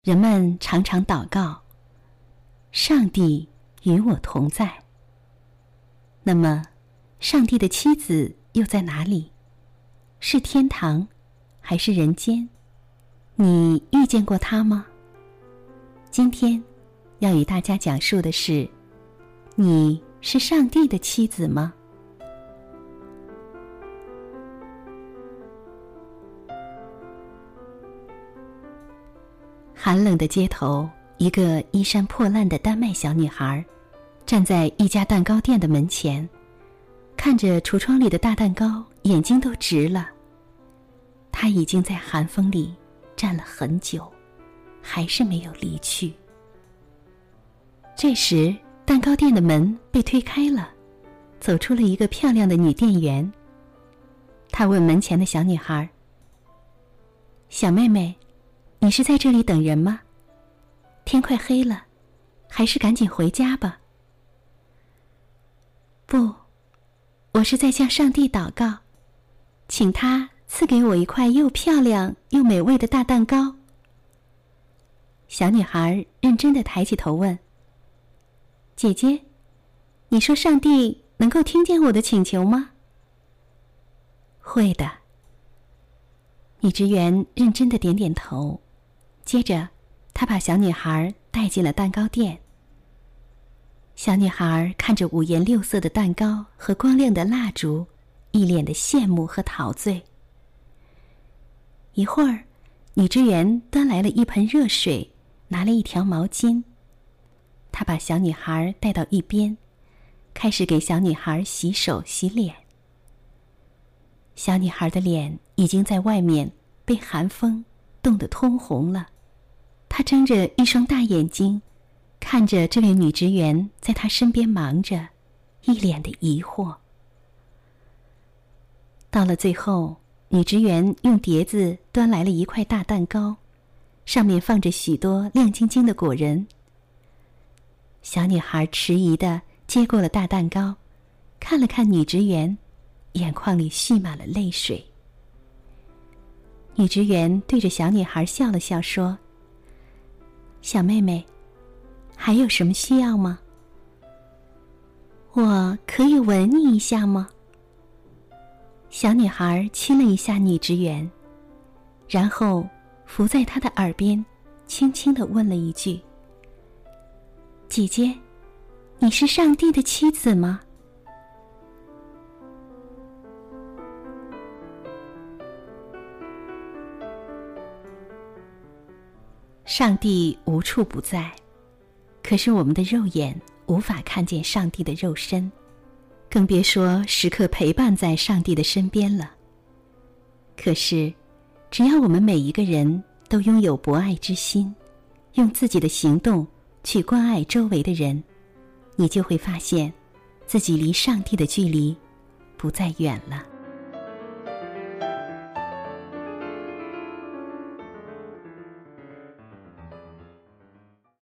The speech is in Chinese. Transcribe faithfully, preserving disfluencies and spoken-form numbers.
人们常常祷告，上帝与我同在。那么，上帝的妻子又在哪里？是天堂，还是人间？你遇见过她吗？今天要与大家讲述的是，你是上帝的妻子吗？寒冷的街头，一个衣衫破烂的丹麦小女孩站在一家蛋糕店的门前，看着橱窗里的大蛋糕，眼睛都直了。她已经在寒风里站了很久，还是没有离去。这时，蛋糕店的门被推开了，走出了一个漂亮的女店员。她问门前的小女孩：“小妹妹，你是在这里等人吗？天快黑了，还是赶紧回家吧。”“不，我是在向上帝祷告，请他赐给我一块又漂亮又美味的大蛋糕。”小女孩认真地抬起头问：“姐姐，你说上帝能够听见我的请求吗？”“会的。”女职员认真地点点头，接着她把小女孩带进了蛋糕店。小女孩看着五颜六色的蛋糕和光亮的蜡烛，一脸的羡慕和陶醉。一会儿，女职员端来了一盆热水，拿了一条毛巾。她把小女孩带到一边，开始给小女孩洗手洗脸。小女孩的脸已经在外面被寒风冻得通红了，她睁着一双大眼睛，看着这位女职员在她身边忙着，一脸的疑惑。到了最后，女职员用碟子端来了一块大蛋糕，上面放着许多亮晶晶的果仁。小女孩迟疑地接过了大蛋糕，看了看女职员，眼眶里蓄满了泪水。女职员对着小女孩笑了笑，说：“小妹妹，还有什么需要吗？我可以吻你一下吗？”小女孩亲了一下女职员，然后伏在她的耳边，轻轻地问了一句：“姐姐，你是上帝的妻子吗？”上帝无处不在，可是我们的肉眼无法看见上帝的肉身，更别说时刻陪伴在上帝的身边了。可是，只要我们每一个人都拥有博爱之心，用自己的行动去关爱周围的人，你就会发现，自己离上帝的距离不再远了。